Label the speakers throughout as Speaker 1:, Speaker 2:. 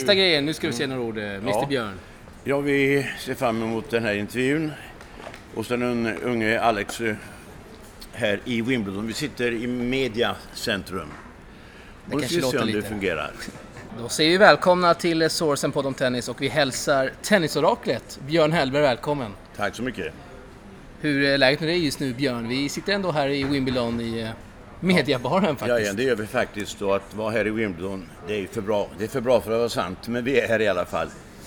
Speaker 1: Sista grejen, nu ska du säga några ord, Mr. Björn.
Speaker 2: Ja, vi ser fram emot den här intervjun hos den unge Alex här i Wimbledon. Vi sitter i mediacentrum. Och nu ska vi se om det fungerar.
Speaker 1: Då säger vi välkomna till Sourcen på Tennis och vi hälsar tennisoraklet. Björn Hellberg, välkommen.
Speaker 2: Tack så mycket.
Speaker 1: Hur är läget med dig just nu, Björn? Vi sitter ändå här i Wimbledon i mediabaren faktiskt.
Speaker 2: Ja, det gör vi faktiskt. Och att vara här i Wimbledon, det är för bra. Det är för bra för att vara sant, men vi är här i alla fall.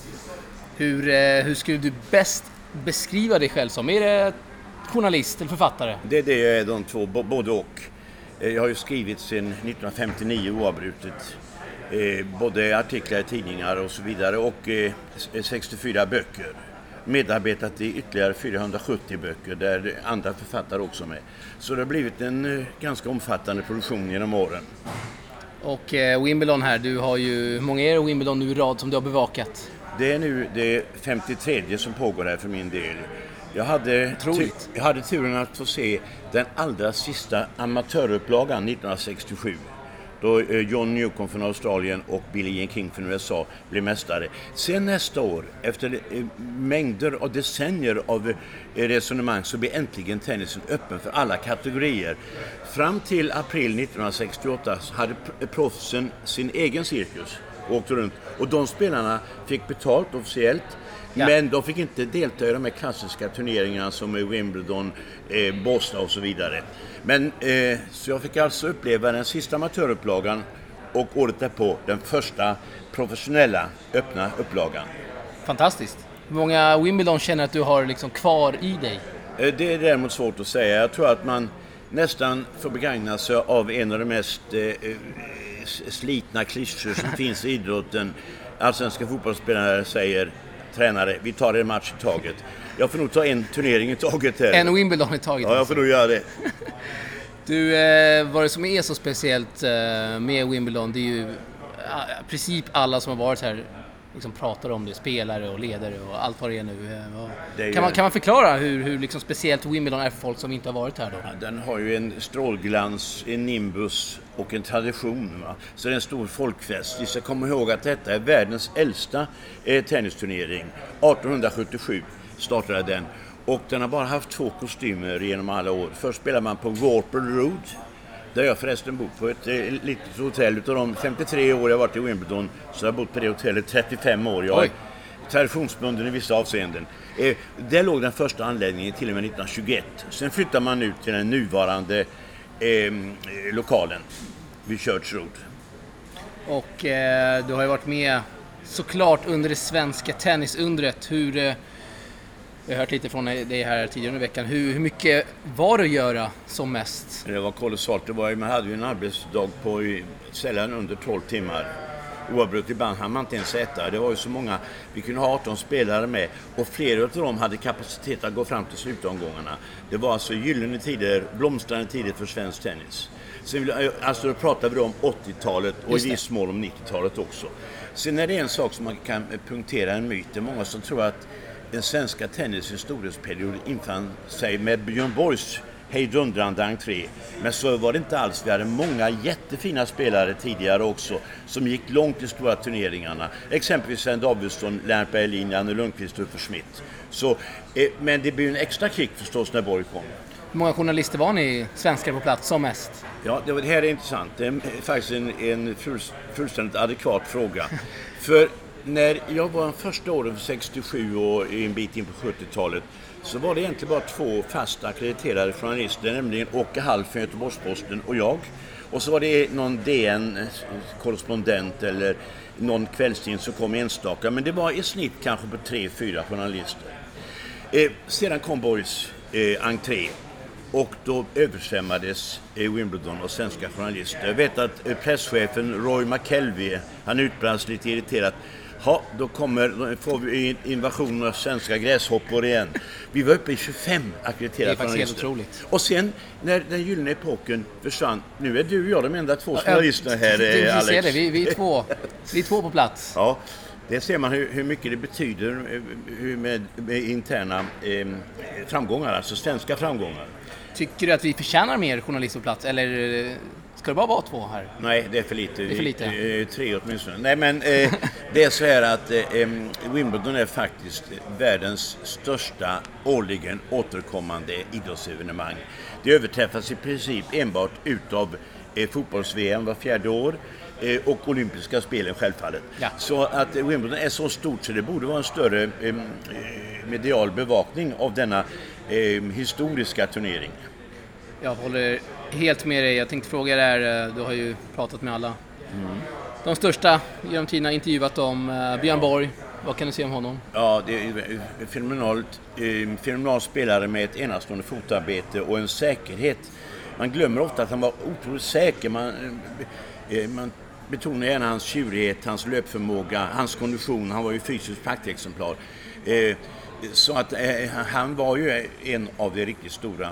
Speaker 1: Hur skulle du bäst beskriva dig själv som? Är det journalist eller författare?
Speaker 2: Det är de två, både och. Jag har ju skrivit sedan 1959 oavbrutet. Både artiklar i tidningar och så vidare och 64 böcker. Medarbetat i ytterligare 470 böcker där andra författare också med. Så det har blivit en ganska omfattande produktion genom åren.
Speaker 1: Och Wimbledon här, du har ju, hur många är det Wimbledon nu i rad som du har bevakat?
Speaker 2: Det är nu det 53 som pågår här för min del. Jag hade turen att få se den allra sista amatörupplagan 1967. Då John Newcomb från Australien och Billie Jean King från USA blev mästare. Sen nästa år, efter mängder av decennier av resonemang, så blir äntligen tennisen öppen för alla kategorier. Fram till april 1968 hade proffsen sin egen cirkus och åkte runt. Och de spelarna fick betalt officiellt. Ja. Men de fick inte delta i de här klassiska turneringarna som är Wimbledon, Boston och så vidare. Men så jag fick alltså uppleva den sista amatörupplagan och året därpå den första professionella öppna upplagan.
Speaker 1: Fantastiskt. Hur många Wimbledon känner att du har liksom kvar i dig?
Speaker 2: Det är däremot svårt att säga. Jag tror att man nästan får begagna sig av en av de mest slitna klyschor som finns i idrotten. Allsvenska fotbollsspelare säger: tränare, vi tar en match i taget. Jag får nog ta en turnering i taget här.
Speaker 1: En Wimbledon i taget.
Speaker 2: Ja, jag får nog göra det.
Speaker 1: Du, vad det som är så speciellt med Wimbledon, det är ju i princip alla som har varit här liksom pratar om det, spelare och ledare och allt vad det är nu. Kan man förklara hur liksom speciellt Wimbledon är för folk som inte har varit här då?
Speaker 2: Ja, den har ju en strålglans, en nimbus och en tradition. Va? Så det är en stor folkfest. Vi ska komma ihåg att detta är världens äldsta tennisturnering. 1877 startade den. Och den har bara haft 2 kostymer genom alla år. Först spelade man på Warper Road, där jag förresten bor på ett litet hotell. Utav de 53 år jag varit i Wimbledon så har jag bott på det hotellet 35 år. Jag är traditionsbunden i vissa avseenden. Där låg den första anläggningen till och med 1921. Sen flyttar man ut till den nuvarande lokalen vid Church Road.
Speaker 1: Och du har ju varit med såklart under det svenska tennisundret. Jag har hört lite från dig här tidigare under veckan. Hur mycket var det att göra som mest?
Speaker 2: Det var kolossalt. Man hade ju en arbetsdag på sällan under 12 timmar. Oavbrutet ibland hann man inte ens äta. Det var ju så många. Vi kunde ha 18 spelare med. Och flera av dem hade kapacitet att gå fram till slutomgångarna. Det var alltså gyllene tider, blomstrande tider för svensk tennis. Sen, alltså då pratar vi om 80-talet och i viss mån om 90-talet också. Sen är det en sak som man kan punktera en myt. Det är många som tror att den svenska tennisens storhetsperiod infann sig med Björn Borgs hejdundrande entré. Men så var det inte alls. Vi hade många jättefina spelare tidigare också som gick långt i stora turneringarna. Exempelvis Sven Davidsson, Lennart Berlin, Janne Lundqvist och Uffe Schmidt. Men det blev en extra kick förstås när Borg kom.
Speaker 1: Hur många journalister var ni svenskar på plats som mest?
Speaker 2: Ja, det här är intressant. Det är faktiskt en fullständigt adekvat fråga. För när jag var första åren för 67 och en bit in på 70-talet så var det egentligen bara 2 fast akkrediterade journalister, nämligen Åke Hall från Göteborgs-Posten och jag. Och så var det någon DN-korrespondent eller någon kvällstidning som kom enstaka, men det var i snitt kanske på 3-4 journalister. Sedan kom Borgs entré och då översvämmades Wimbledon och svenska journalister. Jag vet att presschefen Roy McKelvey, han utbrast lite irriterat: ja, då får vi invasion av svenska gräshoppor igen. Vi var uppe i 25 akkrediterade journalister.
Speaker 1: Det är faktiskt helt otroligt.
Speaker 2: Och sen när den gyllene epoken försvann, nu är du och jag de enda 2 journalisterna här, Alex.
Speaker 1: Ser det. Vi är två på plats.
Speaker 2: Ja, det ser man hur mycket det betyder med interna framgångar, alltså svenska framgångar.
Speaker 1: Tycker du att vi förtjänar mer journalister på plats? Eller Ska det bara vara 2 här?
Speaker 2: Nej, det är för lite.
Speaker 1: Det är för lite.
Speaker 2: 3 åtminstone. Nej, men det är så här att Wimbledon är faktiskt världens största årligen återkommande idrottsevenemang. Det överträffas i princip enbart utav fotbolls-VM var 4:e år och olympiska spelen självfallet.
Speaker 1: Ja.
Speaker 2: Så att Wimbledon är så stort så det borde vara en större medial bevakning av denna historiska turnering.
Speaker 1: Jag håller helt med dig. Jag tänkte fråga dig, du har ju pratat med alla. De största genom tiderna, intervjuat dem. Björn Borg, vad kan du säga om honom?
Speaker 2: Ja, det är fenomenal spelare med ett enastående fotarbete och en säkerhet. Man glömmer ofta att han var otroligt säker. Man betonar gärna hans tjurighet, hans löpförmåga, hans kondition. Han var ju fysiskt praktexemplar. Så att han var ju en av de riktigt stora.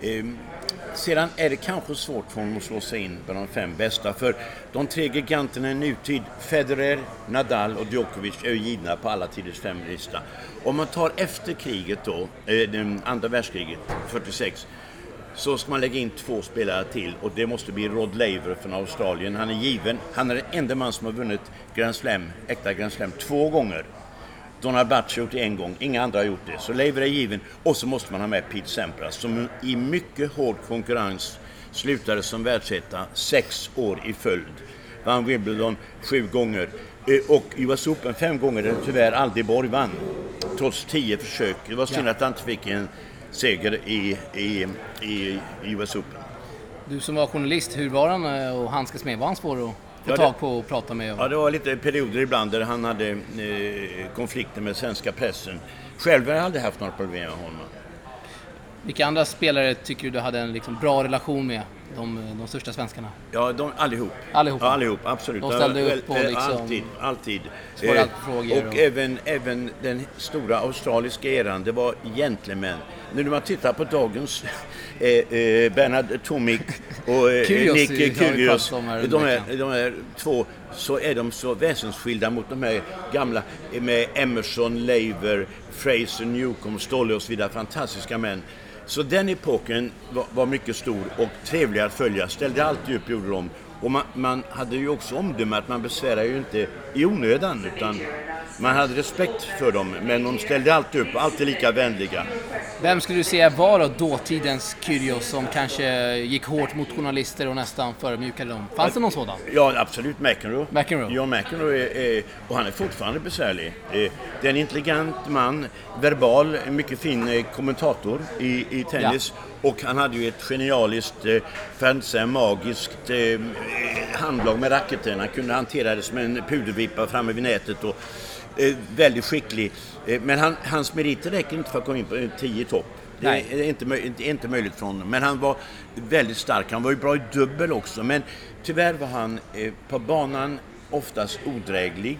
Speaker 2: Sedan är det kanske svårt för honom att slå sig in på de 5 bästa. För de 3 giganterna i nutid, Federer, Nadal och Djokovic, är givna på alla tiders 5-lista. Om man tar efter kriget då, andra världskriget, 46, så ska man lägga in 2 spelare till. Och det måste bli Rod Laver från Australien. Han är given. Han är den enda man som har vunnit äkta Grand Slam 2 gånger. Donald Butch har gjort det 1 gång, inga andra har gjort det. Så Laver är given. Och så måste man ha med Pete Sampras som i mycket hård konkurrens slutade som världsetta 6 år i följd. Vann Wimbledon 7 gånger. Och US Open 5 gånger där tyvärr aldrig Borg vann. Trots 10 försök. Det var synd att han inte fick en seger i US Open.
Speaker 1: Du som var journalist, hur var han och handskas med? Var han svår att få tag på och prata med?
Speaker 2: Ja, det var lite perioder ibland där han hade konflikter med svenska pressen. Själv har jag aldrig haft några problem med honom.
Speaker 1: Vilka andra spelare tycker du hade en liksom bra relation med? De största svenskarna?
Speaker 2: Ja, allihop.
Speaker 1: Allihop?
Speaker 2: Ja, allihop, absolut.
Speaker 1: De ställde upp på liksom...
Speaker 2: Alltid.
Speaker 1: Svarade på frågor.
Speaker 2: Och även den stora australiska eran, det var gentlemän. Nu när man tittar på dagens Bernard Tomic och Nick Kyrgios, de här 2, så är de så väsensskilda mot de här gamla med Emerson, Laver, Fraser, Newcomb, Stolle och så vidare, fantastiska män. Så den epoken var mycket stor och trevlig att följa. Ställde alltid upp, gjorde de. Och man hade ju också omdöme att man besvärar ju inte i onödan, utan man hade respekt för dem. Men de ställde alltid upp, alltid lika vänliga.
Speaker 1: Vem skulle du säga var då dåtidens Kyrgios som kanske gick hårt mot journalister och nästan förmjukade dem? Fanns det någon sådan?
Speaker 2: Ja, absolut. McEnroe.
Speaker 1: Ja,
Speaker 2: McEnroe och han är fortfarande besvärlig. Det är en intelligent man, verbal, mycket fin kommentator i tennis. Ja. Och han hade ju ett genialiskt, för att inte säga magiskt, handlag med racketen. Han kunde hantera det som en pudervippa framme vid nätet och väldigt skicklig. Men hans meriter räcker inte för att komma in på 10 topp. Det är inte möjligt för honom. Men han var väldigt stark. Han var ju bra i dubbel också. Men tyvärr var han på banan oftast odräglig.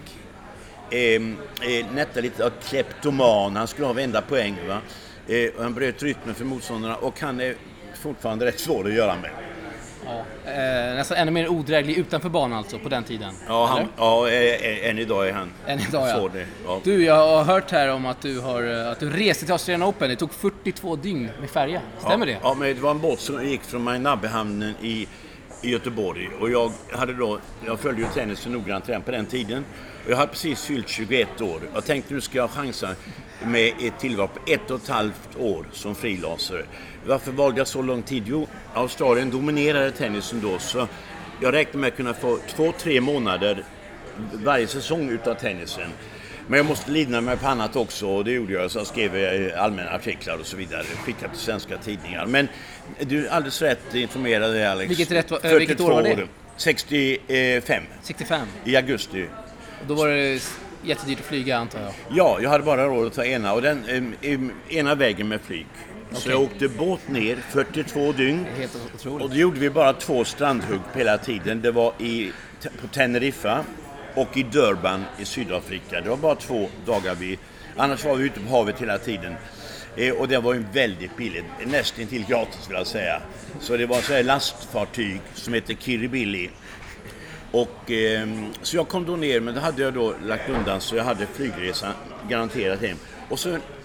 Speaker 2: Nätta lite av kleptoman. Han skulle ha varenda poäng, va? Han bröt rytmen för motståndarna och han är fortfarande rätt svår att göra med.
Speaker 1: Ja, nästan ännu mer odräglig utanför banan alltså på den tiden.
Speaker 2: Ja, än idag är han.
Speaker 1: Än idag, ja.
Speaker 2: Det, ja.
Speaker 1: Du, jag har hört här om att du reste till Australian Open. Det tog 42 dygn med färja. Stämmer det?
Speaker 2: Ja, men det var en båt som gick från Majnabbehamnen i Göteborg. Och jag följde ju tennisen noggrant redan på den tiden. Och jag hade precis fyllt 21 år. Jag tänkte nu ska jag chansa med ett tillval på 1,5 år som frilansare. Varför valde jag så lång tid? Jo, Australien dominerade tennisen då, så jag räknade med att kunna få 2-3 månader varje säsong utav tennisen. Men jag måste lidna mig på annat också, och det gjorde jag. Så jag skrev allmänna artiklar och så vidare, skickade till svenska tidningar. Men du är alldeles rätt informerad, Alex.
Speaker 1: Vilket år var det?
Speaker 2: 65.
Speaker 1: 65?
Speaker 2: I augusti.
Speaker 1: Och då var det jättedyrt att flyga, antar jag.
Speaker 2: Ja, jag hade bara råd att ta ena vägen med flyg. Okay. Så jag åkte båt ner 42 dygn.
Speaker 1: Det är helt otroligt.
Speaker 2: Och då gjorde vi bara 2 strandhugg på hela tiden. Det var på Teneriffa och i Durban i Sydafrika. Det var bara 2 dagar annars var vi ute på havet hela tiden. Och det var ju väldigt billigt, nästan till gratis vill jag säga. Så det var så här lastfartyg som heter Kirribilli. Och så jag kom då ner, men då hade jag då lagt undan så jag hade flygresan garanterat hem. Och så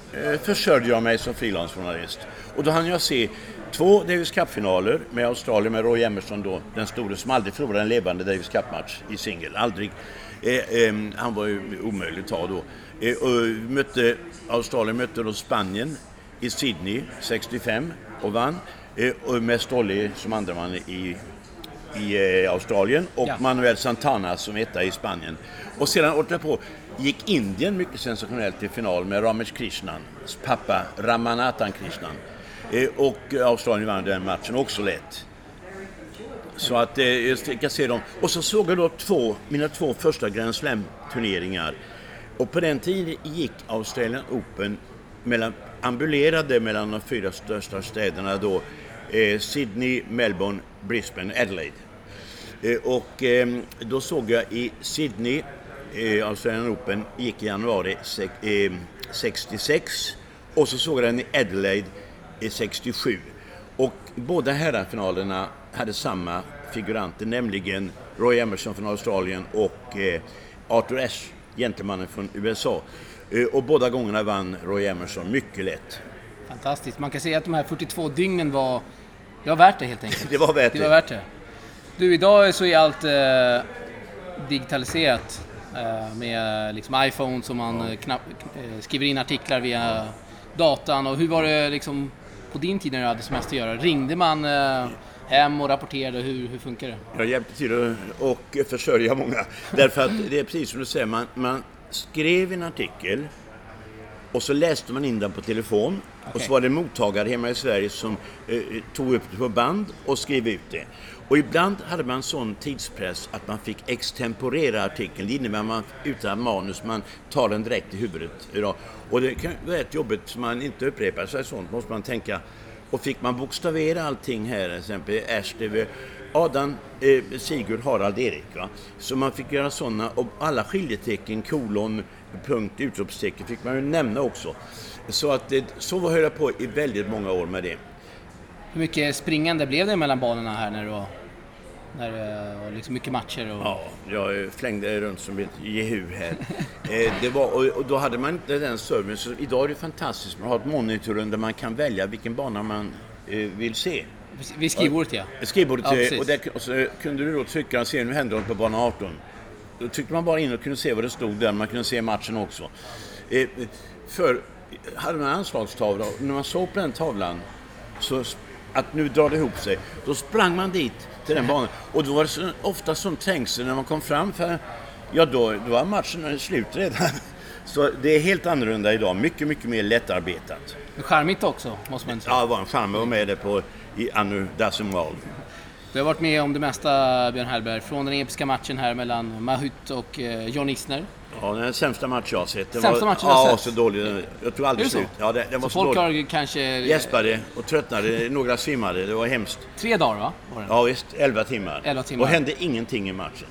Speaker 2: försörjde jag mig som frilansjournalist. Och då hann jag se 2 Davis Cup-finaler med Australien med Roy Emerson då, den store som aldrig förlorade en levande Davis Cup-match i singel. Aldrig. Han var ju omöjlig att ta då. Australien mötte då Spanien i Sydney 65 och vann. Och med Stolly som andra man i Australien och Manuel Santana som etta i Spanien. Och sedan året på gick Indien mycket sensationellt till final med Ramesh Krishnans pappa Ramanathan Krishnan. Och Australien vann den matchen också lätt. Så att jag kan se dem. Och så såg jag då mina 2 första Grand Slam-turneringar. Och på den tiden gick Australian Open ambulerade mellan de 4 största städerna då. Sydney, Melbourne, Brisbane, Adelaide. Och då såg jag i Sydney, Australian Open gick i januari 66 och så såg jag den i Adelaide i 67. Och båda herrafinalerna hade samma figuranter, nämligen Roy Emerson från Australien och Arthur Ashe, gentlemannen från USA. Och båda gångerna vann Roy Emerson mycket lätt.
Speaker 1: Fantastiskt. Man kan säga att de här 42 dygnen var värt det helt enkelt.
Speaker 2: Det var värt det.
Speaker 1: Du, idag så är allt digitaliserat med liksom iPhone som man skriver in artiklar via datan. Och hur var det liksom på din tid när du hade så mest att göra? Ringde man hem och rapporterade? Hur funkar det?
Speaker 2: Jag hjälpte till och försörja många. Därför att det är precis som du säger, man skrev en artikel och så läste man in den på telefon. Okay. Och så var det mottagare hemma i Sverige som tog upp det på band och skrev ut det. Och ibland hade man sån tidspress att man fick extemporera artikeln. Det innebär man utan manus, man tar den direkt i huvudet idag. Och det kan vara ett jobbet som man inte upprepar sig, sånt måste man tänka. Och fick man bokstavera allting här, till exempel Ashteve, Adam, Sigurd, Harald, Erik. Va? Så man fick göra sådana, och alla skiljetecken, kolon, punkt, utropstecken fick man ju nämna också. Så att så höll jag på i väldigt många år med det.
Speaker 1: Hur mycket springande blev det mellan banorna här när det var liksom mycket matcher? Och...
Speaker 2: Ja, jag flängde runt som ett jehu här. Det var, och då hade man inte den servicen. Så idag är det fantastiskt. Man har ett monitorum där man kan välja vilken bana man vill se.
Speaker 1: Vid skrivbordet, ja.
Speaker 2: Skrivbordet, och så kunde du då trycka och se nu händer något på bana 18. Då tryckte man bara in och kunde se vad det stod där. Man kunde se matchen också. För hade man anslagstavla, och när man såg på den tavlan så att nu drar det ihop sig, då sprang man dit till den banan. Och då var det så, ofta som trängsel när man kom fram, för då var matchen slut redan. Så det är helt annorlunda idag, mycket, mycket mer lättarbetat.
Speaker 1: Charmigt också, måste man säga.
Speaker 2: Ja, det var en charm att vara med det i Anu Dasimval.
Speaker 1: Du har varit med om det mesta, Björn Hellberg, från den episka matchen här mellan Mahut och John Isner.
Speaker 2: Ja, den sämsta match jag har sett. Så dålig. Jag tror aldrig slut. Ja, det var så
Speaker 1: folk
Speaker 2: dålig.
Speaker 1: Har kanske...
Speaker 2: Gäspade och tröttnade, några svimmade. Det var hemskt.
Speaker 1: 3 dagar, va? Var det?
Speaker 2: Ja, visst. 11 timmar.
Speaker 1: 11 timmar.
Speaker 2: Och hände ingenting i matchen.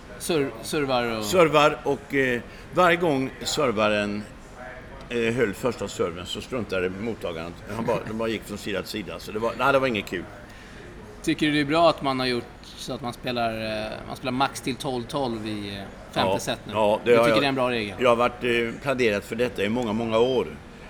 Speaker 1: Servar
Speaker 2: och varje gång servaren höll första serven så struntade mottagaren. De bara gick från sida till sida. Så det var inget kul.
Speaker 1: Tycker du det är bra att man har gjort så att man spelar max till 12-12 i femte set nu? Ja, jag tycker det är en bra regel.
Speaker 2: Jag har varit planerat för detta i många, många år.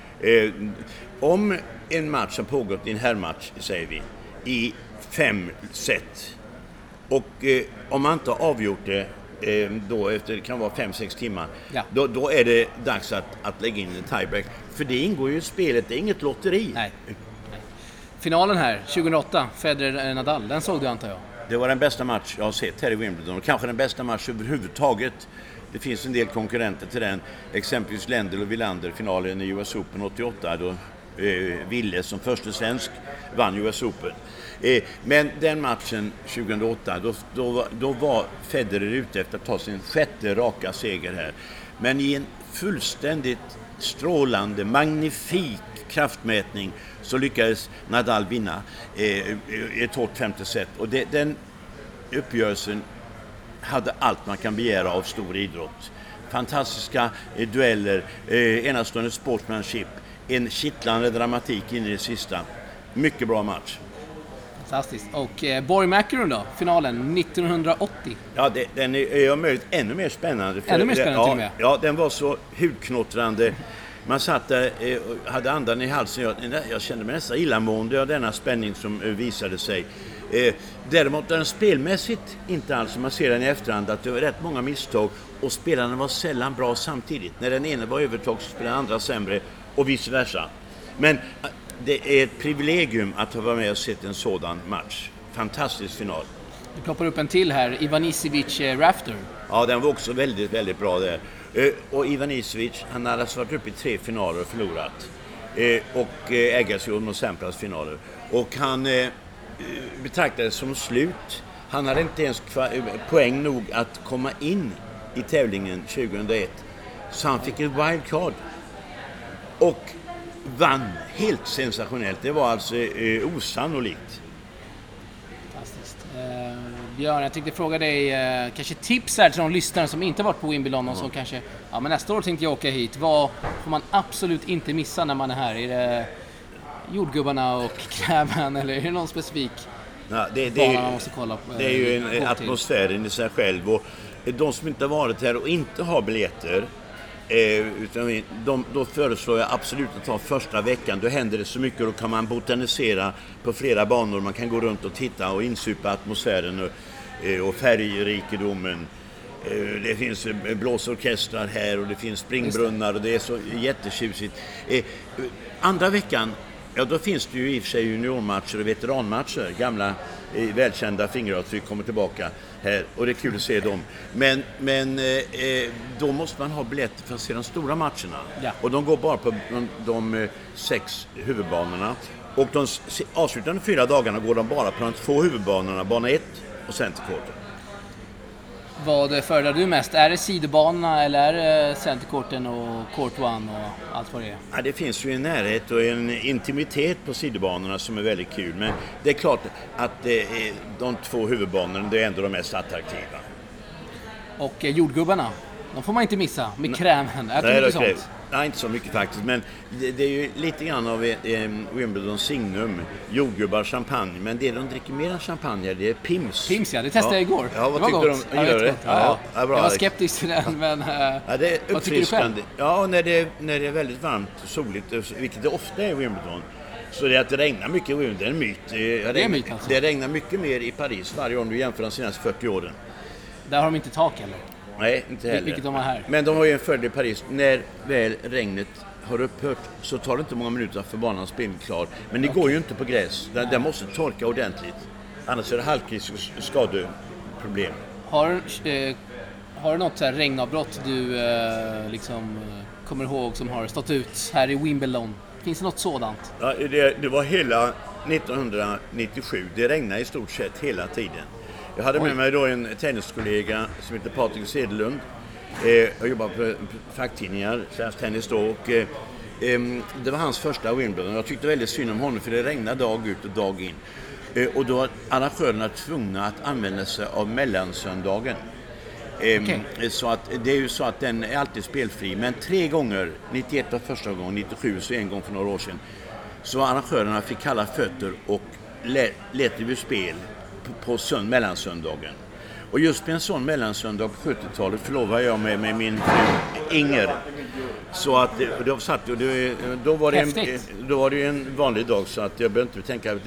Speaker 2: Om en match har pågått i en herrmatch, säger vi, i 5 set, och om man inte har avgjort det då efter, det kan vara 5-6 timmar, då är det dags att lägga in en tiebreak. För det ingår ju i spelet, det är inget lotteri.
Speaker 1: Nej. Finalen här, 2008, Federer-Nadal, den såg du, antar jag?
Speaker 2: Det var den bästa match jag har sett här i Wimbledon, och kanske den bästa match överhuvudtaget. Det finns en del konkurrenter till den, exempelvis Lendl och Wilander, finalen i US Open 88, då Ville som första svensk vann US Open. Men den matchen 2008, då var Federer ute efter att ta sin 6:e raka seger här. Men i en fullständigt strålande, magnifik kraftmätning så lyckades Nadal vinna ett hårt 5:e set. Och den uppgörelsen hade allt man kan begära av stor idrott. Fantastiska dueller, enastående sportsmanship, en kittlande dramatik in i det sista. Mycket bra match.
Speaker 1: Fantastiskt. Och Borg McEnroe då, finalen 1980.
Speaker 2: Ja, den är om möjligt ännu mer spännande.
Speaker 1: Ännu mer spännande till och med.
Speaker 2: Ja, den var så hudknottrande. Man satt där och hade andan i halsen. Jag kände mig nästan illamående av denna spänning som visade sig. Däremot den spelmässigt inte alls, man ser den i efterhand, att det var rätt många misstag och spelarna var sällan bra samtidigt. När den ena var övertag så spelade den andra sämre och vice versa. Men det är ett privilegium att ha varit med och sett en sådan match. Fantastisk final.
Speaker 1: Du ploppar upp en till här, Ivanisevic Rafter.
Speaker 2: Ja, den var också väldigt, väldigt bra där. Och Ivanisevic, han hade alltså varit uppe i 3 finaler och förlorat. Och Agassi och Sampras finaler. Och han betraktades som slut. Han hade inte ens poäng nog att komma in i tävlingen 2001. Så han fick ett wildcard. Och vann helt sensationellt. Det var alltså osannolikt.
Speaker 1: Fantastiskt. Björn, jag tänkte fråga dig kanske tips här till de lyssnare som inte varit på Wimbledon och som kanske, men nästa år tänkte jag åka hit. Vad får man absolut inte missa när man är här? Är det jordgubbarna och krämen eller är det någon specifik man måste kolla på?
Speaker 2: Det är ju en atmosfären i sig själv, och de som inte har varit här och inte har biljetter, utan då föreslår jag absolut att ta första veckan. Då händer det så mycket, då kan man botanisera på flera banor. Man kan gå runt och titta och insupa atmosfären och färgrikedomen. Det finns blåsorkestrar här och det finns springbrunnar och det är så jättetjusigt. Andra veckan, då finns det ju i och för sig juniormatcher och veteranmatcher. Gamla välkända fingeravtryck kommer tillbaka här och det är kul att se dem. Men då måste man ha biljetter för att se de stora matcherna. Ja. Och de går bara på de 6 huvudbanorna. Och de avslutande 4 dagarna går de bara på de 2 huvudbanorna, bana 1 och centercourten.
Speaker 1: Vad föredrar du mest? Är det sidobanorna eller är det centercourten och court 1 och allt vad det är?
Speaker 2: Ja, det finns ju en närhet och en intimitet på sidobanorna som är väldigt kul. Men det är klart att de 2 huvudbanorna, det är ändå de mest attraktiva. Och
Speaker 1: jordgubbarna, de får man inte missa med krämen. Äter du sånt?
Speaker 2: Nej, inte så mycket faktiskt, men det är ju lite grann av Wimbledon signum, jordgubbar, champagne, men det de dricker mer än champagne, det är Pims.
Speaker 1: Pims, ja, det testade jag igår.
Speaker 2: Ja, vad tyckte du om det?
Speaker 1: Ja, bra, jag var skeptisk till den, men
Speaker 2: det är
Speaker 1: vad tycker du själv?
Speaker 2: Ja, när det är väldigt varmt och soligt, vilket det ofta är i Wimbledon, så det är att det regnar mycket i Wimbledon, det är en myt.
Speaker 1: Det är en myt alltså.
Speaker 2: Det regnar mycket mer i Paris varje år du jämför de senaste 40 åren.
Speaker 1: Där har de inte tak heller.
Speaker 2: Nej, inte heller.
Speaker 1: Vilket de har här.
Speaker 2: Men de har ju en följd i Paris. När väl regnet har upphört så tar det inte många minuter för banan spinn klar. Men det går ju inte på gräs. Den måste torka ordentligt. Annars är det halkrisk och skadeproblem.
Speaker 1: Har du något så här regnavbrott du kommer ihåg som har stått ut här i Wimbledon? Finns det något sådant?
Speaker 2: Ja, det var hela 1997. Det regnade i stort sett hela tiden. Jag hade med mig då en tenniskollega som heter Patrik Sedelund. Jag jobbar på facktidningar, Svensk Tennis då, och det var hans första Wimbledon. Jag tyckte väldigt synd om honom för det regnade dag ut och dag in. Och då var arrangörerna tvungna att använda sig av mellansöndagen. Så att det är ju så att den är alltid spelfri, men 3 gånger, 91 var första gången, 97 så en gång för några år sedan, så arrangörerna fick kalla fötter och lät det spel på mellansöndagen. Och just på en sån mellansöndag på 70-talet förlovade jag med min fru Inger. Så att då var det en vanlig dag, så att jag behöver inte tänka att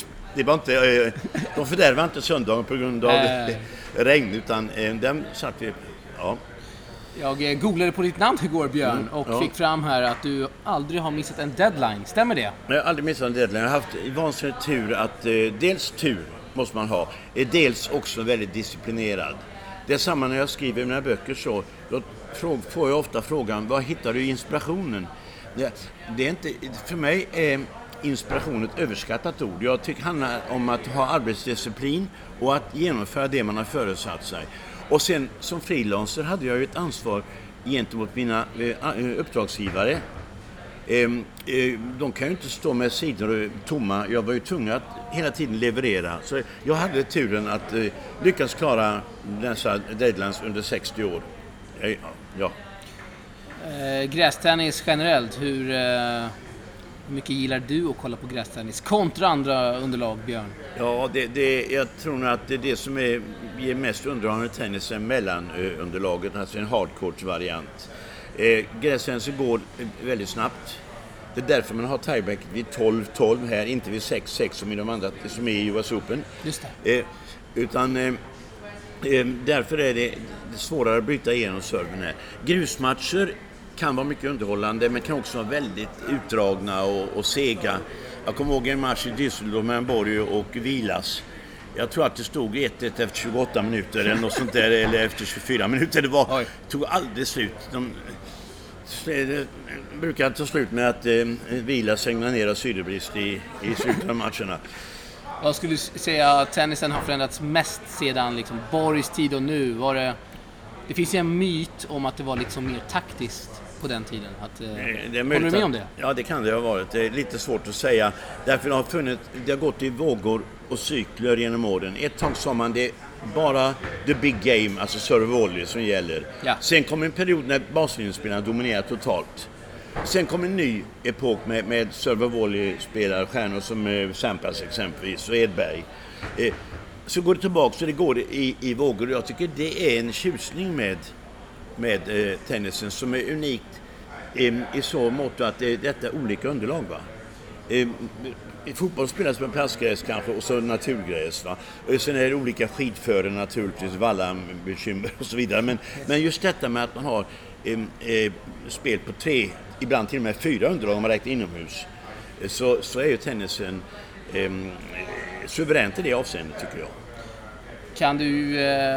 Speaker 2: de fördärvar inte söndagen på grund av regn, utan den satt vi. Ja.
Speaker 1: Jag googlade på ditt namn igår, Björn, och fick fram här att du aldrig har missat en deadline. Stämmer det?
Speaker 2: Jag har aldrig missat en deadline. Jag har haft vansinnig tur att dels tur måste man ha, dels också väldigt disciplinerad. Det är samma när jag skriver mina böcker, så då får jag ofta frågan, var hittar du inspirationen? Det är inte, för mig är inspiration ett överskattat ord. Jag tycker det handlar om att ha arbetsdisciplin och att genomföra det man har föresatt sig. Och sen som freelancer hade jag ju ett ansvar gentemot mina uppdragsgivare. De kan ju inte stå med sidor tomma. Jag var ju tvungen att hela tiden leverera. Så jag hade turen att lyckas klara dessa deadlines under 60 år. Ja.
Speaker 1: Grästennis generellt, hur mycket gillar du att kolla på grästennis kontra andra underlag, Björn?
Speaker 2: Ja, jag tror att det är det som ger mest underhållande tennis än mellanunderlaget, alltså en hardcourt-variant. Gräsgränsen går väldigt snabbt. Det är därför man har tiebreak vid 12-12 här, inte vid 6-6 som i de andra som är i US Open.
Speaker 1: Just det.
Speaker 2: Utan därför är det svårare att bryta igenom serven här. Grusmatcher kan vara mycket underhållande men kan också vara väldigt utdragna och sega. Jag kommer ihåg en match i Düsseldorf mellan Borg och Vilas. Jag tror att det stod 1-1 efter 28 minuter eller något sånt där, eller efter 24 minuter. Det tog aldrig slut. Det brukar ta slut med att Vilas signerar syrebrist i slutet av matcherna.
Speaker 1: Jag skulle säga att tennisen har förändrats mest sedan liksom Borgs tid och nu. Det finns ju en myt om att det var liksom mer taktiskt på den tiden. Håller du med om det?
Speaker 2: Ja, det kan det ha varit. Det är lite svårt att säga. Därför det har gått i vågor och cykler genom åren. Ett tag sa man det bara the big game, alltså serve volley som gäller.
Speaker 1: Ja.
Speaker 2: Sen kom en period när baslinjespelarna dominerade totalt. Sen kom en ny epok med serve volley-spelare, stjärnor som Sampras exempelvis och Edberg. Så går det tillbaka så det går i vågor. Jag tycker det är en tjusning med tennisen som är unikt i så mått att detta är olika underlag, va? I fotboll spelas med plastgräs kanske och så naturgräs, va? Och sen är det olika skidföre naturligtvis, vallabekymmer och så vidare. Men just detta med att man har spel på 3, ibland till och med 4 underlag om man räknar inomhus, så är ju tennisen suveränt i det avseendet, tycker jag.
Speaker 1: Kan du,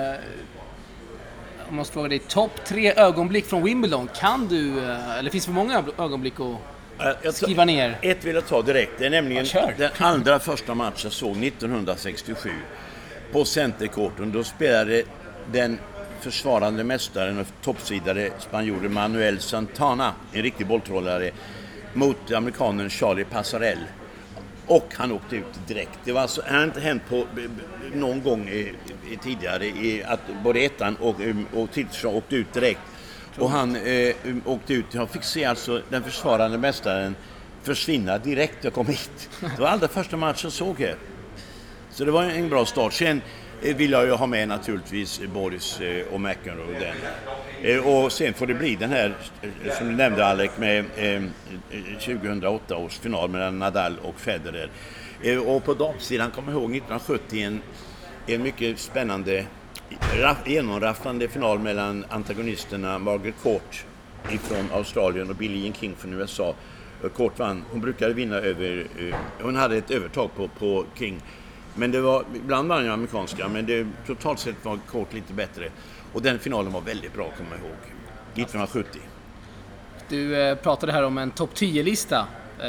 Speaker 1: om man ska fråga dig, topp 3 ögonblick från Wimbledon, kan du, eller finns det för många ögonblick att skriva ner?
Speaker 2: Ett vill jag ta direkt, det är nämligen den allra första matchen jag såg 1967 på Centercourten. Då spelade den försvarande mästaren och toppsidare spanjoren Manuel Santana, en riktig bolltrollare, mot amerikanen Charlie Passarell. Och han åkte ut direkt. Det var alltså, det har inte hänt på någon gång tidigare att både ettan och Tilshaw åkte ut direkt. Och han åkte ut. Jag fick se alltså den försvarande mästaren försvinna direkt och kom hit. Det var allra första matchen jag såg här. Så det var en bra start. Sen vill jag ju ha med naturligtvis Boris och McEnroe och den. Och sen får det bli den här, som du nämnde Alec, med 2008 års final mellan Nadal och Federer. Och på damsidan kommer jag ihåg 1970 en mycket spännande, genomrafflande final mellan antagonisterna Margaret Court från Australien och Billie Jean King från USA. Court vann, hon brukade vinna hon hade ett övertag på King. Men det var, ibland var den amerikanska, men totalt sett var Court lite bättre. Och den finalen var väldigt bra, kommer jag ihåg. 1970.
Speaker 1: Du pratade här om en topp 10-lista.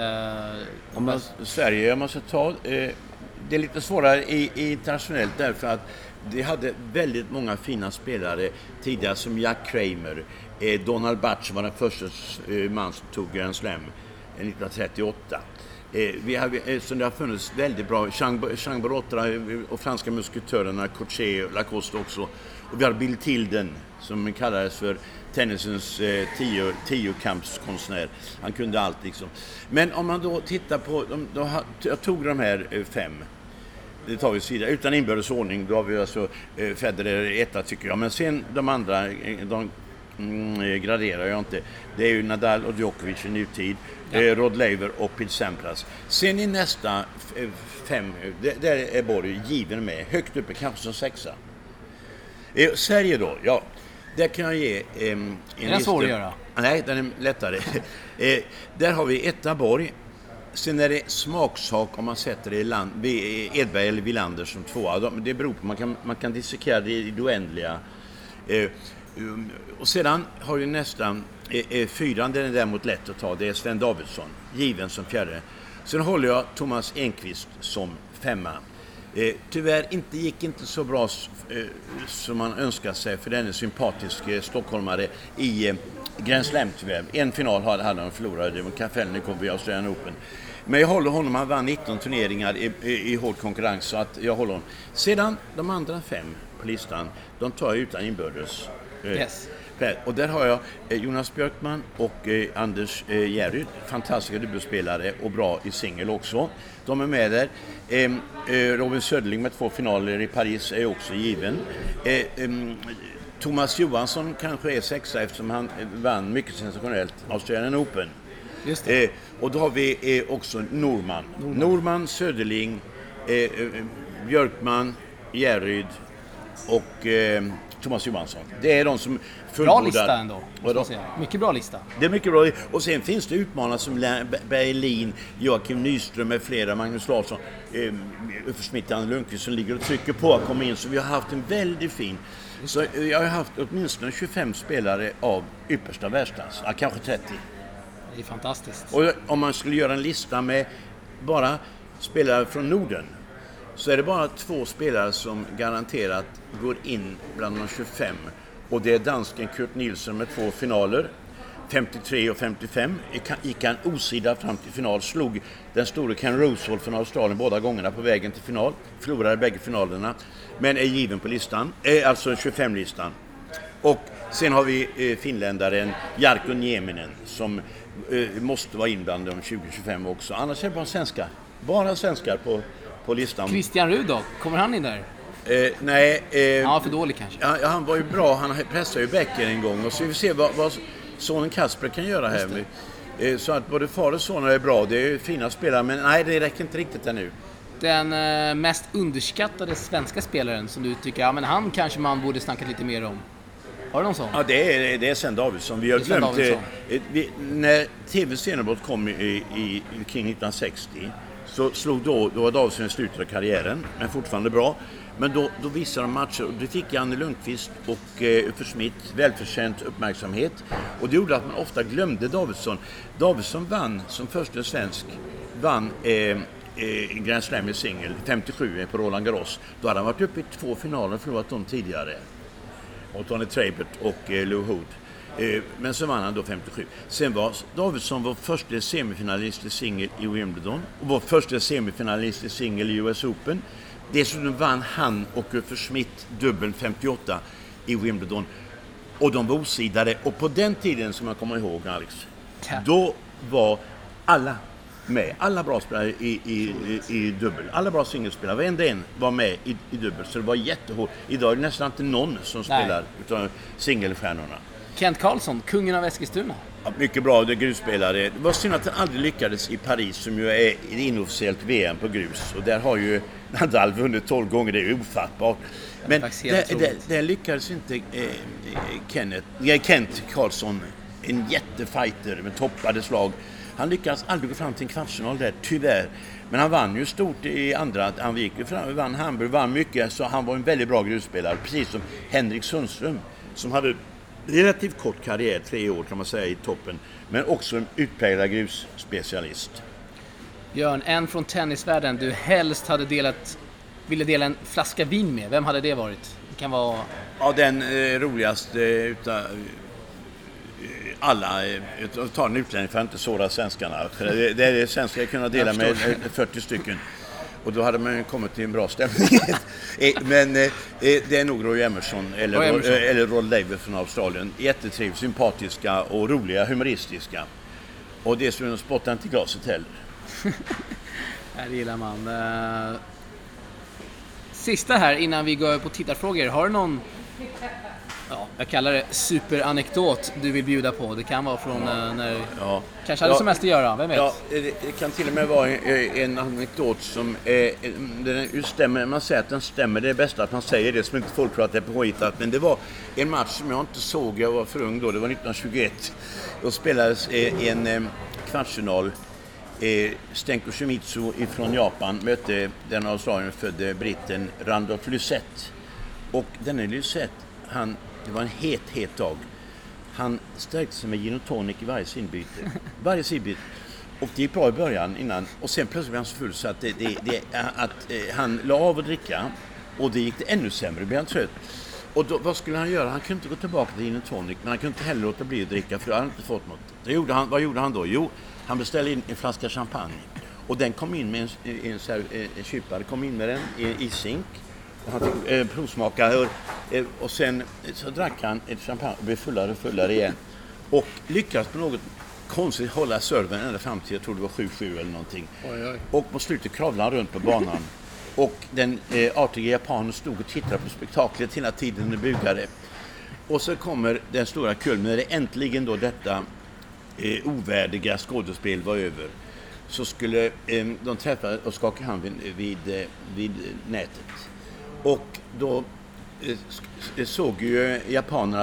Speaker 2: Sverige, jag måste ta... det är lite svårare internationellt därför att det hade väldigt många fina spelare tidigare som Jack Kramer. Donald Butch var den första man som tog Grand Slam 1938. Så det har funnits väldigt bra Jean Barotra och franska musketörerna Corchet och Lacoste också. Och vi har Bill Tilden som kallades för tennisens tiokampskonstnär. Han kunde allt liksom. Men om man då tittar på jag tog de här 5. Det tar vi vidare. Utan inbördes ordning, då har vi alltså Federer 1, tycker jag. Men sen de andra, graderar jag inte. Det är ju Nadal och Djokovic i nutid. Rod Laver och Pete Sampras. Sen i nästa 5, där är Borg given med. Högt uppe, kanske som 6. Sverige då, ja. Där kan jag ge en lista.
Speaker 1: Är den svår att göra?
Speaker 2: Nej, den är lättare. Där har vi 1 Borg. Sen är det smaksak om man sätter det i Edberg eller Wilander som 2. Det beror på, man kan dissekera det i det oändliga. Och sedan har ju nästan 4, den är däremot lätt att ta. Det är Sven Davidsson, given som 4. Sen håller jag Thomas Enqvist som 5. Tyvärr gick inte så bra som man önskar sig för denne sympatiske stockholmare i Grand Slam tyvärr. En final hade han förlorat, det var Kafelnikov i Australian Open. Men jag håller honom, han vann 19 turneringar i hård konkurrens, så att jag håller honom. Sedan de andra 5 på listan, de tar jag utan inbördes.
Speaker 1: Yes.
Speaker 2: Och där har jag Jonas Björkman och Anders Järryd, fantastiska dubbelspelare och bra i singel också. De är med där. Robin Söderling med 2 finaler i Paris är också given. Thomas Johansson kanske är sexa eftersom han vann mycket sensationellt Australian Open.
Speaker 1: Just det.
Speaker 2: Och då har vi också Norman, Söderling, Björkman, Järryd och Thomas Johansson. Det är de som fullbordar.
Speaker 1: Bra lista ändå, måste man säga. Mycket bra lista.
Speaker 2: Det är mycket bra. Och sen finns det utmanare som Berlin, Joakim Nyström med flera, Magnus Larsson, Uffe Schmidt, Anne Lundqvist som ligger och trycker på att komma in. Så vi har haft en väldigt fin. Så jag har haft åtminstone 25 spelare av yppersta världsklass, kanske 30.
Speaker 1: Det är fantastiskt.
Speaker 2: Och om man skulle göra en lista med bara spelare från Norden så är det bara 2 spelare som garanterat går in bland de 25. Och det är dansken Kurt Nielsen med 2 finaler. 53 och 55 gick han osida fram till final, slog den store Ken Rosewall från Australien båda gångerna på vägen till final, förlorade bägge finalerna, men är given på listan, alltså 25-listan. Och sen har vi finländaren Jarkko Nieminen som måste vara inblandad om 2025 också, annars är det bara svenskar på listan.
Speaker 1: Christian Rudolf, kommer han in där?
Speaker 2: Nej.
Speaker 1: Han var för dålig kanske.
Speaker 2: Ja, han var ju bra, han pressade ju Becker en gång och så vi får se vad sonen Kasper kan göra här. Så att både far och son är bra, det är fina spelare, men nej, det räcker inte riktigt ännu.
Speaker 1: Den mest underskattade svenska spelaren som du tycker, ja men han kanske man borde snacka lite mer om. Har du någon sån?
Speaker 2: Ja, det är Sven Davidsson. Vi har glömt när TV-Stenbrott kom kring 1960 så slog då var Davidsson i slutet av karriären, men fortfarande bra. Men då visade de matcher och det fick Anne Lundqvist och Uffe Schmidt välförtjänt uppmärksamhet. Och det gjorde att man ofta glömde Davidsson. Davidsson vann som första svensk, Grand Slam i singel 57 på Roland Garros. Då hade han varit uppe i 2 finaler och förlorat dem tidigare. Och Tony Trabert och Lou Hood. Men så vann han då 57. Sen var Davidsson vår första semifinalist i singel i Wimbledon och vår första semifinalist i singel i US Open. Dessutom vann han och Uffe Schmidt dubbel 58 i Wimbledon. Och de var osidade. Och på den tiden som man kommer ihåg, Alex, då var alla med. Alla bra spelare i dubbel. Alla bra singelspelare. Varenda en var med i dubbel. Så det var jättehårt. Idag är det nästan inte någon som spelar utan singelstjärnorna.
Speaker 1: Kent Karlsson, kungen av Eskilstuna.
Speaker 2: Ja, mycket bra, det grusspelare. Det var synd att det aldrig lyckades i Paris som ju är inofficiellt VM på grus. Och där har ju Nadal vunnit 12 gånger, det är ofattbart. Men där lyckades inte Kent Karlsson, en jättefighter med toppade slag. Han lyckades aldrig gå fram till en kvartsfinal där, tyvärr. Men han vann ju stort i andra. Han gick ju fram, vann Hamburg, vann mycket. Så han var en väldigt bra grusspelare. Precis som Henrik Sundström som hade relativt kort karriär, 3 år kan man säga i toppen. Men också en utpräglad grusspecialist.
Speaker 1: Björn, en från tennisvärlden du helst ville dela en flaska vin med. Vem hade det varit? Det kan vara...
Speaker 2: Ja, den roligaste utav alla. Jag tar en utlänning för att inte såra svenskarna. Det är svenskar jag kunde dela med 40 stycken. Och då hade man kommit till en bra stämning. Men det är nog Roy Emerson eller Rod Laver från Australien. Jättetrevliga, sympatiska och roliga, humoristiska. Och det skulle de spotta inte i glaset heller.
Speaker 1: Det gillar man. Sista här innan vi går på tittarfrågor. Har du någon, jag kallar det superanekdot du vill bjuda på? Det kan vara från när kanske hade som mest att göra, vem vet?
Speaker 2: Ja, det kan till och med vara en anekdot som den stämmer. Man säger att den stämmer, det är bäst att man säger det som inte folk tror att det är påhittat. Men det var en match som jag inte såg, jag var för ung då, det var 1921. Då spelades en kvartsfinal. Stenko Shimizu från Japan mötte den Australien födde britten Randolph Lucette. Och denne Lucette, det var en het dag. Han stärkte sig med gin och tonic i varje sidbyte. Och det gick bra i början innan. Och sen plötsligt blev han så full så att, han la av att dricka. Och det gick det ännu sämre, blev han trött. Och då, vad skulle han göra? Han kunde inte gå tillbaka till gin och tonic. Men han kunde inte heller låta bli att dricka för han hade inte fått något. Vad gjorde han då? Jo, han beställde in en flaska champagne. Och den kom in med en kypare. Kom in med den i zink. Han fick provsmaka och sen så drack han ett champagne och blev fullare igen. Och lyckades på något konstigt hålla serven ända fram till, jag tror det var 7-7 eller någonting. Oj. Och på slutet kravlade han runt på banan. Och den artiga japanen stod och tittade på spektaklet hela tiden och bugade. Och så kommer den stora kulmen när det äntligen då detta ovärdiga skådespel var över. Så skulle de träffa och skaka hand vid nätet. Och då såg ju japanerna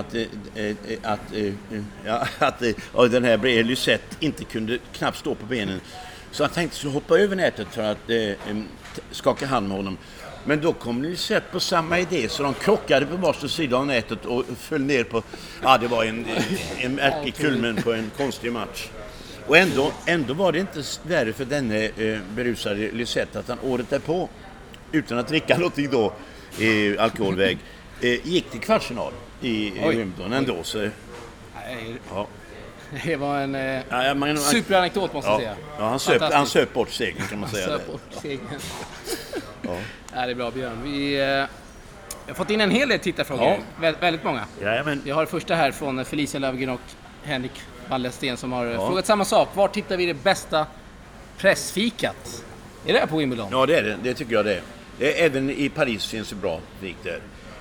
Speaker 2: att den här Lysette inte kunde knappt stå på benen. Så han tänkte så hoppa över nätet för att skaka hand med honom. Men då kom Lysette på samma idé, så de krockade på varsin sida av nätet och föll ner på... Ja, det var en märklig kulmen på en konstig match. Och ändå var det inte värre för denne berusade Lysette att han året därpå, utan att dricka någonting då i alkoholväg, gick till kvartsfinal i Wimbledon ändå. Så,
Speaker 1: ja. Det var en superanekdot måste jag säga.
Speaker 2: Ja, han söp bort segern kan man säga.
Speaker 1: Han söp bort segern. Ja, det är bra Björn. Vi har fått in en hel del tittarfrågor. Ja. Väldigt många. Vi har första här från Felicia Lövgren och Henrik Wallersten som har frågat samma sak. Var tittar vi det bästa pressfikat? Är det på Wimbledon?
Speaker 2: Ja, det är det. Det tycker jag det är. Även i Paris finns det bra fik där.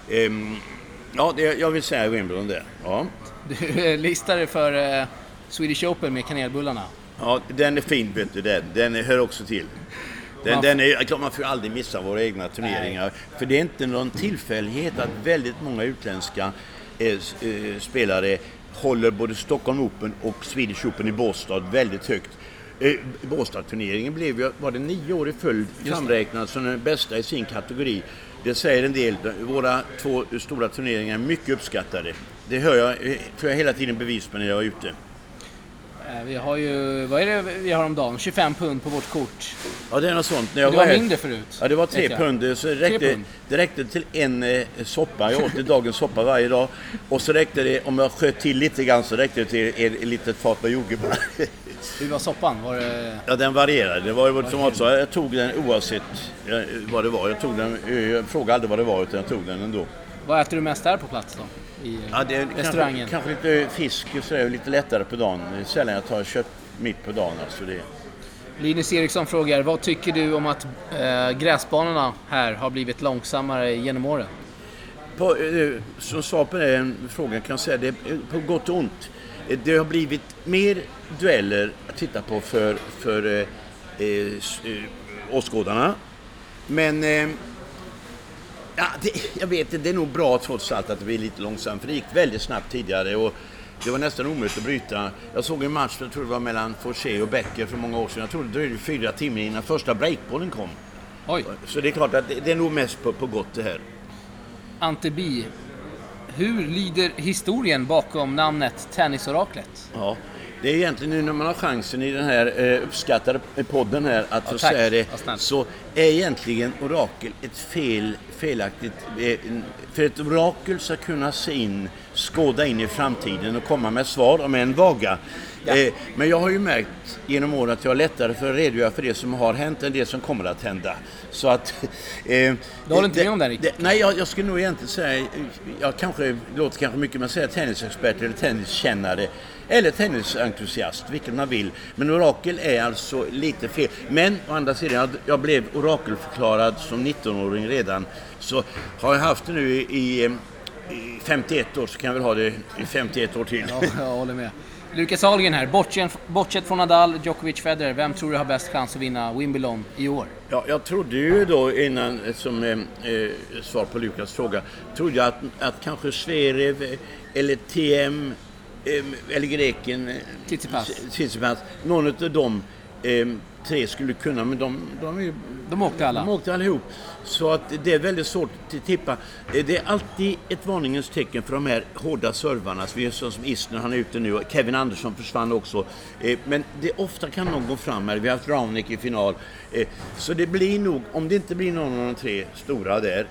Speaker 2: Jag vill säga Wimbledon där. Ja.
Speaker 1: Du listade för Swedish Open med kanelbullarna.
Speaker 2: Ja, den är fin, vet du. Den hör också till. Man får aldrig missa våra egna turneringar. Nej. För det är inte någon tillfällighet att väldigt många utländska spelare håller både Stockholm Open och Swedish Open i Båstad väldigt högt. Båstad-turneringen var det 9 år i följd framräknad som den bästa i sin kategori. Det säger en del. Våra 2 stora turneringar är mycket uppskattade. Det får jag hela tiden bevis på när jag är ute.
Speaker 1: Vi har ju, vad är det vi har om dagen? 25 pund på vårt kort.
Speaker 2: Ja, det är något sånt.
Speaker 1: När jag var mindre förut.
Speaker 2: Ja, det var 3 pund. Så det räckte till en soppa. Jag åt dagens soppa varje dag. Och så räckte det, om jag sköt till lite grann, så räckte det till ett litet fat med jordgubbar.
Speaker 1: Hur var soppan?
Speaker 2: Ja, den varierade. Det var ju som jag sa, jag tog den oavsett vad det var. Jag frågade aldrig vad det var, utan jag tog den ändå.
Speaker 1: Vad äter du mest där på plats då? I restaurangen?
Speaker 2: Kanske lite fisk och så är det lite lättare på dagen. Det är sällan jag tar kött mitt på dagen. Alltså det.
Speaker 1: Linus Eriksson frågar, vad tycker du om att gräsbanorna här har blivit långsammare genom åren?
Speaker 2: Som svar på den frågan kan jag säga det är på gott och ont. Det har blivit mer dueller att titta på för åskådarna. Men jag vet det är nog bra trots allt att det blir lite långsamt. För det gick väldigt snabbt tidigare och det var nästan omöjligt att bryta. Jag såg en match, jag tror det var mellan Forché och Becker för många år sedan. Jag tror det dröjde 4 timmar innan första breakbollen kom.
Speaker 1: Oj.
Speaker 2: Så det är klart att det är nog mest på gott det här.
Speaker 1: Ante Bi, hur lyder historien bakom namnet Tennisoraklet?
Speaker 2: Ja, det är egentligen nu när man har chansen i den här uppskattade podden här att få säga det, så är egentligen orakel ett felaktigt. För ett orakel ska kunna skåda in i framtiden och komma med svar om en vaga. Ja. Men jag har ju märkt genom åren att jag har lättare för att redogöra för det som har hänt än det som kommer att hända. Så att...
Speaker 1: du håller inte med om det riktigt?
Speaker 2: Nej, jag skulle nog egentligen säga... Det låter kanske mycket med att säga tennisexpert eller tenniskännare eller tennisentusiast, vilket man vill. Men orakel är alltså lite fel. Men å andra sidan, jag blev orakelförklarad som 19-åring redan. Så har jag haft det nu i 51 år, så kan jag väl ha det i 51 år till.
Speaker 1: Ja, jag håller med. Lukas Ahlgren här, bortsett från Nadal, Djokovic, Federer, vem tror du har bäst chans att vinna Wimbledon i år?
Speaker 2: Ja, jag trodde ju då innan, som svar på Lukas fråga, trodde jag att kanske Zverev eller TM eller greken Tsitsipas, någon av dem 3 skulle kunna, men
Speaker 1: de åkte alla.
Speaker 2: De åkte allihop. Så att det är väldigt svårt att tippa. Det är alltid ett varningens tecken för de här hårda servarna. Vi är som Isner, han är ute nu. Kevin Andersson försvann också. Men ofta kan någon gå fram här. Vi har haft Raonic i final. Så det blir nog, om det inte blir någon av de 3 stora där,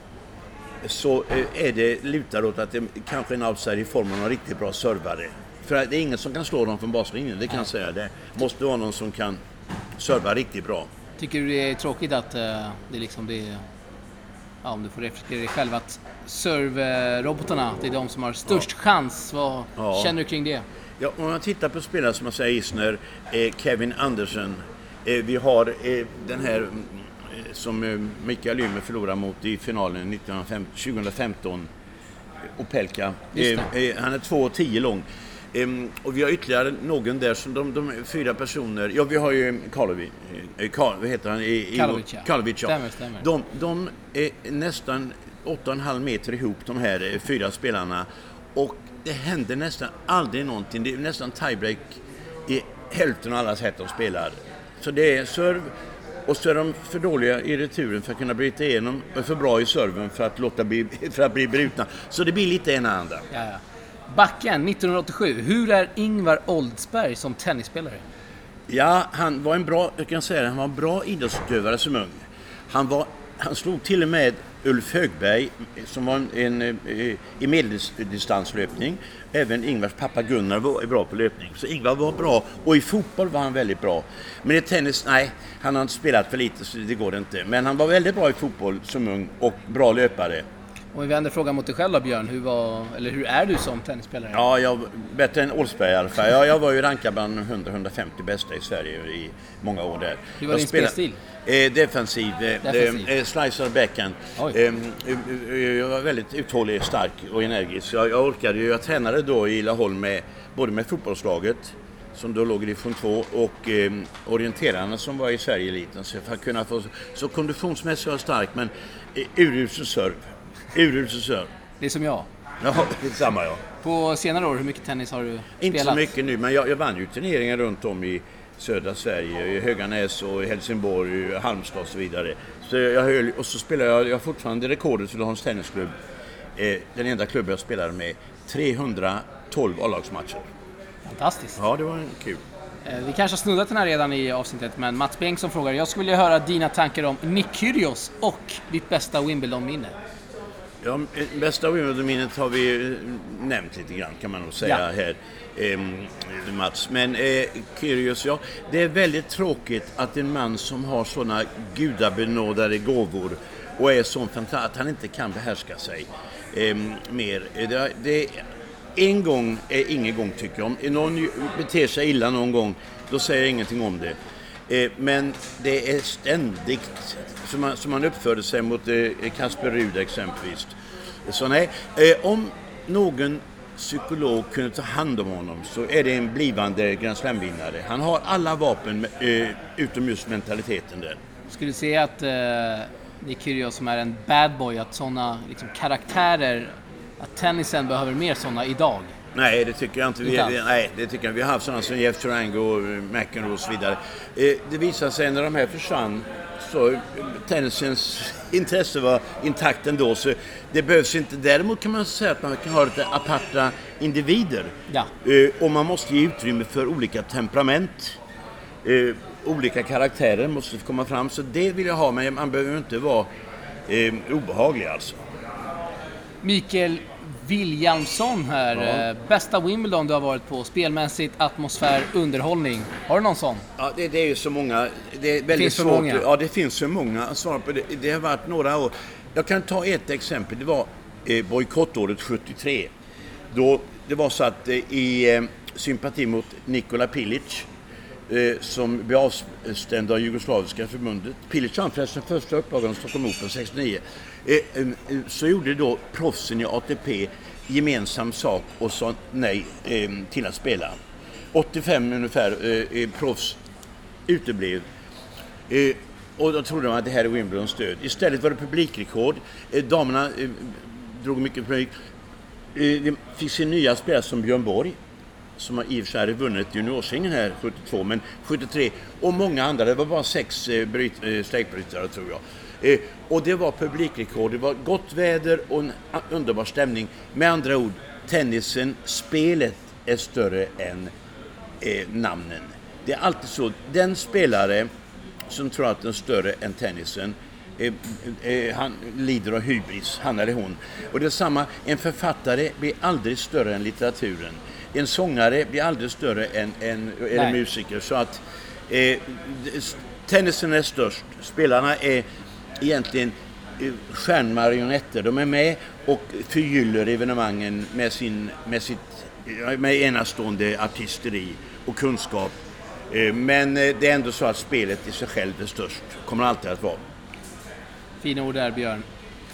Speaker 2: så är det lutar åt att det kanske är en outsider i form av en riktigt bra servare. För det är ingen som kan slå dem från baslinjen, det kan jag säga. Det måste vara någon som kan serva riktigt bra.
Speaker 1: Tycker du det är tråkigt att det liksom det, om du får reflektera dig själv, att serverobotarna, det är de som har störst chans? Vad känner du kring det?
Speaker 2: Ja, om man tittar på spelare som jag säger, Isner, Kevin Anderson, vi har den här som Mikael Ymer förlorade mot i finalen 2015. Opelka. Han är 2,10 lång. Och vi har ytterligare någon där som de 4 personer. Ja, vi har ju Karlovic. Vad heter han? Karlovic, ja.
Speaker 1: Stämmer.
Speaker 2: De är nästan 8,5 meter ihop, de här 4 spelarna. Och det händer nästan aldrig någonting. Det är nästan tiebreak i hälften av alla sätt de spelar. Så det är serv, och så är de för dåliga i returen för att kunna bryta igenom, och för bra i serven för att bli brutna. Så det blir lite enahanda.
Speaker 1: Ja. Backen 1987. Hur är Ingvar Oldsberg som tennisspelare?
Speaker 2: Ja, han var en bra idrottsutövare som ung. Han slog till och med Ulf Högberg som var i medeldistanslöpning. Även Ingvars pappa Gunnar var bra på löpning. Så Ingvar var bra, och i fotboll var han väldigt bra. Men i tennis, nej, han har inte spelat för lite så det går inte. Men han var väldigt bra i fotboll som ung och bra löpare.
Speaker 1: Om vi vänder frågan mot dig själv då, Björn, hur är du som tennisspelare?
Speaker 2: Ja, jag bättre än Oldsberg i alla fall. Jag var ju rankad bland 100-150 bästa i Sverige i många år där.
Speaker 1: Hur var din spelstil?
Speaker 2: Defensiv. Slicer backhand. Jag var väldigt uthållig, stark och energisk. Jag orkade ju, jag tränade då i Laholm både med fotbollslaget som då låg i division 2 och orienterarna som var i Sverige-eliten. Så för att kunna få så konditionsmässigt var stark, men urusel serv.
Speaker 1: Det är som jag.
Speaker 2: Ja, det är samma, ja.
Speaker 1: På senare år, hur mycket tennis har du spelat?
Speaker 2: Inte så mycket nu, men jag vann ju turneringar runt om i södra Sverige, i Höganäs och Helsingborg, Halmstad och så vidare. Så och så spelar jag fortfarande rekordet för Laholms tennisklubb. Den enda klubben jag spelade med 312 A-lagsmatcher.
Speaker 1: Fantastiskt.
Speaker 2: Ja, det var kul.
Speaker 1: Vi kanske har snuddat den här redan i avsnittet, men Mats Bengtsson frågar: jag skulle vilja höra dina tankar om Nick Kyrgios och ditt bästa Wimbledon-minne.
Speaker 2: Ja, bästa Wimbledon-minnet har vi nämnt lite grann, kan man nog säga här, Mats. Men Kyrgios, ja, det är väldigt tråkigt att en man som har sådana gudabenådade gåvor och är sån fantastisk att han inte kan behärska sig mer. En gång är ingen gång, tycker jag. Om någon beter sig illa någon gång, då säger jag ingenting om det. Men det är ständigt som man uppförde sig mot Kasper Ruud exempelvis. Så nej, om någon psykolog kunde ta hand om honom så är det en blivande Grand Slam-vinnare. Han har alla vapen utom just mentaliteten där.
Speaker 1: Skulle du säga att Nick Kyrgios som är en bad boy, att sådana liksom karaktärer, att tennisen behöver mer sådana idag?
Speaker 2: Nej, det tycker jag inte. Vi har haft sådana som Jeff Turango och McEnroe och så vidare. Det visar sig när de här försvann så tennisens intresse var intakt ändå, så det behövs inte. Däremot kan man säga att man kan ha lite aparta individer.
Speaker 1: Ja.
Speaker 2: Och man måste ge utrymme för olika temperament. Olika karaktärer måste komma fram, så det vill jag ha, men man behöver inte vara obehaglig alltså.
Speaker 1: Mikael Williamson här. Ja. Bästa Wimbledon du har varit på, spelmässigt, atmosfär, underhållning. Har du någon sån?
Speaker 2: Ja, det är ju så många. Det är väldigt svårt. Många. Ja, det finns så många att svara på. Det har varit några år. Jag kan ta ett exempel. Det var bojkottåret 73. Då det var så att i sympati mot Nikola Pilic som blev avstängd av Jugoslaviska förbundet. Pilic vann förresten första upplagan av Stockholm Open 69. Så gjorde då proffsen i ATP gemensam sak och sa nej till att spela. 85 ungefär proffs uteblev. Och då trodde man att det här är Wimbledons stöd. Istället var det publikrekord. Damerna drog mycket publik. Det fick sin nya spelare som Björn Borg, som har i och för sig vunnit juniorsingen här 72, men 73 och många andra. Det var bara 6 strejkbrytare, tror jag. Och det var publikrekord, det var gott väder och en underbar stämning. Med andra ord, tennisen, spelet är större än namnen. Det är alltid så. Den spelare som tror att den är större än tennisen, han lider av hybris, han eller hon. Och det är samma, en författare blir aldrig större än litteraturen. En sångare blir aldrig större än en musiker. Så att tennisen är störst. Spelarna är egentligen stjärnmarionetter. De är med och förgyller evenemangen med enastående artisteri och kunskap. Men det är ändå så att spelet i sig själv är störst. Kommer alltid att vara.
Speaker 1: Fina ord där, Björn.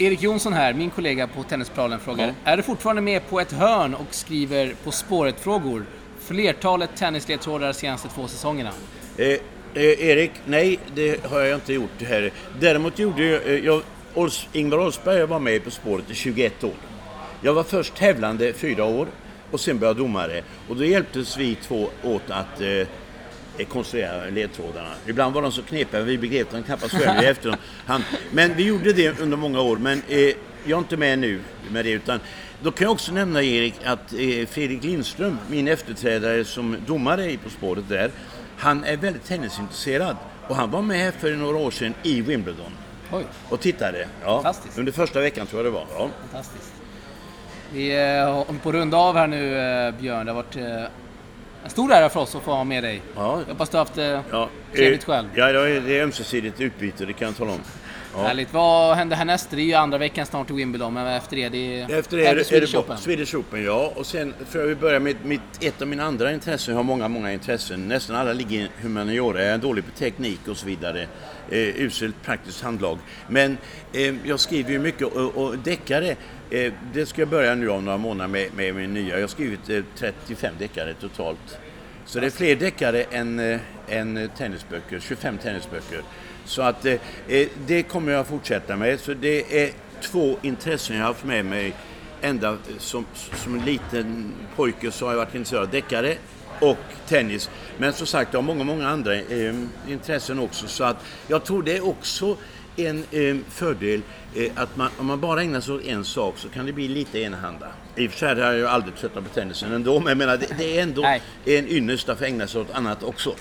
Speaker 1: Erik Jonsson här, min kollega på Tennispralen, frågar: Är du fortfarande med på ett hörn och skriver På spåret-frågor? Flertalet tennisledtrådar de senaste 2 säsongerna.
Speaker 2: Erik, nej, det har jag inte gjort här. Däremot gjorde jag Ingvar Oldsberg var med På spåret i 21 år. Jag var först tävlande 4 år och sen började domare. Och då hjälptes vi 2 åt att konstruera ledtrådarna. Ibland var de så knepiga, vi begrep dem knappast själv i efterhand. Men vi gjorde det under många år, men jag är inte med nu med det, utan då kan jag också nämna, Erik, att Fredrik Lindström, min efterträdare som domare På spåret där, han är väldigt tennisintresserad och han var med för några år sedan i Wimbledon.
Speaker 1: Oj.
Speaker 2: Och tittade. Ja, under första veckan tror jag det var. Ja.
Speaker 1: Fantastiskt. Vi håller på att runda av här nu, Björn. Det har varit en stor ära för oss att få ha med dig. Ja. Jag hoppas du har haft trevligt själv.
Speaker 2: Ja, det är ömsesidigt utbyte, det kan jag tala om. Ja.
Speaker 1: Härligt. Vad händer härnäst? Det är ju andra veckan snart i Wimbledon, men efter det är det Swedish Open.
Speaker 2: Swedish Open, ja. Och sen får vi börja med ett av mina andra intressen. Jag har många intressen. Nästan alla ligger i humaniora. Jag är dålig på teknik och så vidare. Uselt praktiskt handlag. Men jag skriver ju mycket och deckare. Det ska jag börja nu om några månader med min nya. Jag har skrivit 35 deckare totalt. Så det är fler deckare än tennisböcker, 25 tennisböcker. Så att det kommer jag att fortsätta med. Så det är 2 intressen jag har haft med mig ända som en liten pojke, så har jag varit intresserad av deckare och tennis. Men som sagt, jag har många andra intressen också. Så att jag tror det är också en fördel att om man bara ägnar sig åt en sak så kan det bli lite enahanda. I och för sig har jag ju aldrig tröttat på tennisen ändå, men jag menar, det är ändå en ynnest att få ägna sig åt annat också.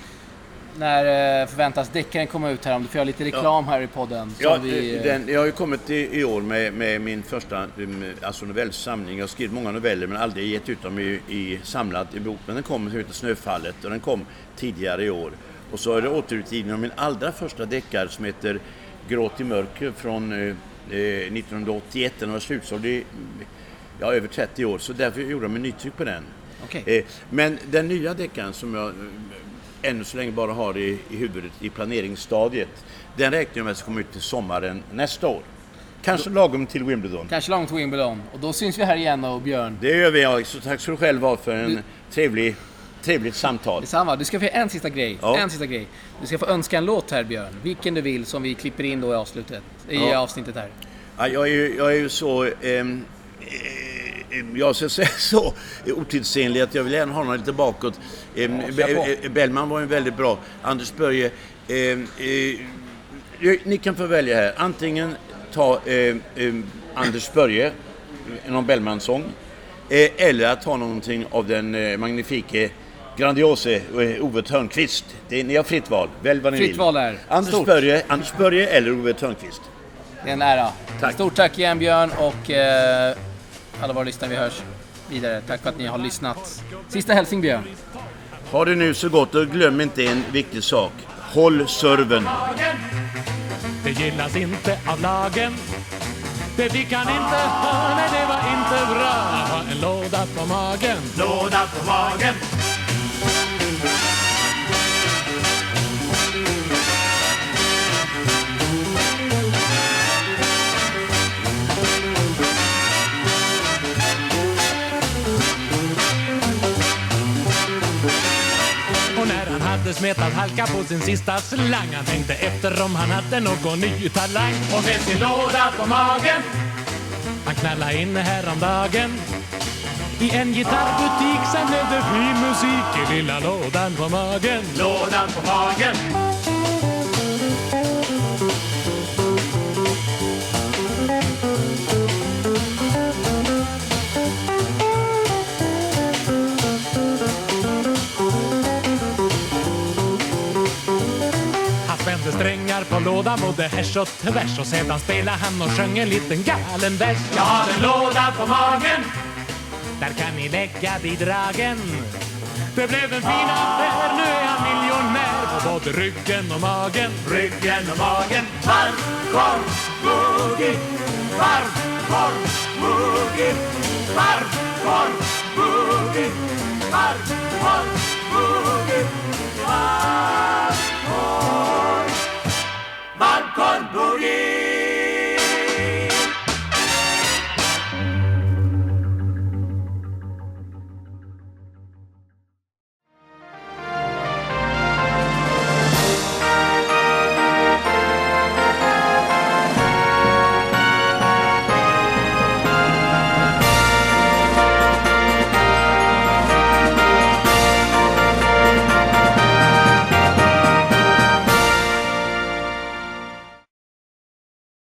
Speaker 1: När förväntas deckaren komma ut här? Om du får göra lite reklam här i podden.
Speaker 2: Jag har ju kommit i år med min första novellsamling. Jag har skrivit många noveller men aldrig gett ut dem i samlad i bok. Men den kom som heter Snöfallet och den kom tidigare i år. Och så är det återutgivning av min allra första deckare som heter Gråt i mörker från 1981. Den var slutsåld i över 30 år, så därför gjorde de en nytryck på den.
Speaker 1: Okay.
Speaker 2: Men den nya deckaren som jag ännu så länge bara har i huvudet i planeringsstadiet, den räknar jag med att komma ut till sommaren nästa år. Kanske lagom till Wimbledon.
Speaker 1: Kanske lagom till Wimbledon. Och då syns vi här igen, och Björn.
Speaker 2: Det gör vi, Alex. Så tack så du själv ha för en trevligt samtal.
Speaker 1: Detsamma. Du ska få en sista grej. Du ska få önska en låt här, Björn. Vilken du vill, som vi klipper in då i avsnittet här.
Speaker 2: Ja, jag är ju så... jag ska säga så otidsenlig att jag vill gärna ha något lite bakåt. Bellman var ju väldigt bra. Anders Börje, ni kan få välja här. Antingen ta Anders Börje, någon Bellman-sång, eller att ta någonting av den magnifike grandiose Ove Thörnqvist. Ni har fritt val. Välj vad ni vill.
Speaker 1: Fritt val är
Speaker 2: Anders Börje eller Ove Thörnqvist.
Speaker 1: Det är en ära.
Speaker 2: Tack.
Speaker 1: Stort tack igen, Björn, och alla våra lyssnare, vi hörs vidare. Tack för att ni har lyssnat. Sista hälsning, Björn.
Speaker 2: Ha det nu så gott och glöm inte en viktig sak. Håll serven.
Speaker 3: Det gillas inte av lagen. Det fick han inte ha, nej det var inte bra. Han har en låda på magen. Låda på magen. Smetad halka på sin sista slang. Han tänkte efter om han hade någon ny talang. Och med sin låda på magen han knallade in häromdagen i en gitarrbutik. Sen blev det fin musik i lilla lådan på magen. Lådan på magen. Strängar på lådan både härs och tvärs. Och sedan spelade han och sjöng en liten galen vers. Jag har en låda på magen, där kan ni lägga bidragen. Det blev en fin affär, nu är han miljonär på både ryggen och magen. Ryggen och magen. Varm, korv, boogie. Varm, korv, boogie. Varm, korv, boogie. Varm, korv, boogie. Varm, korv.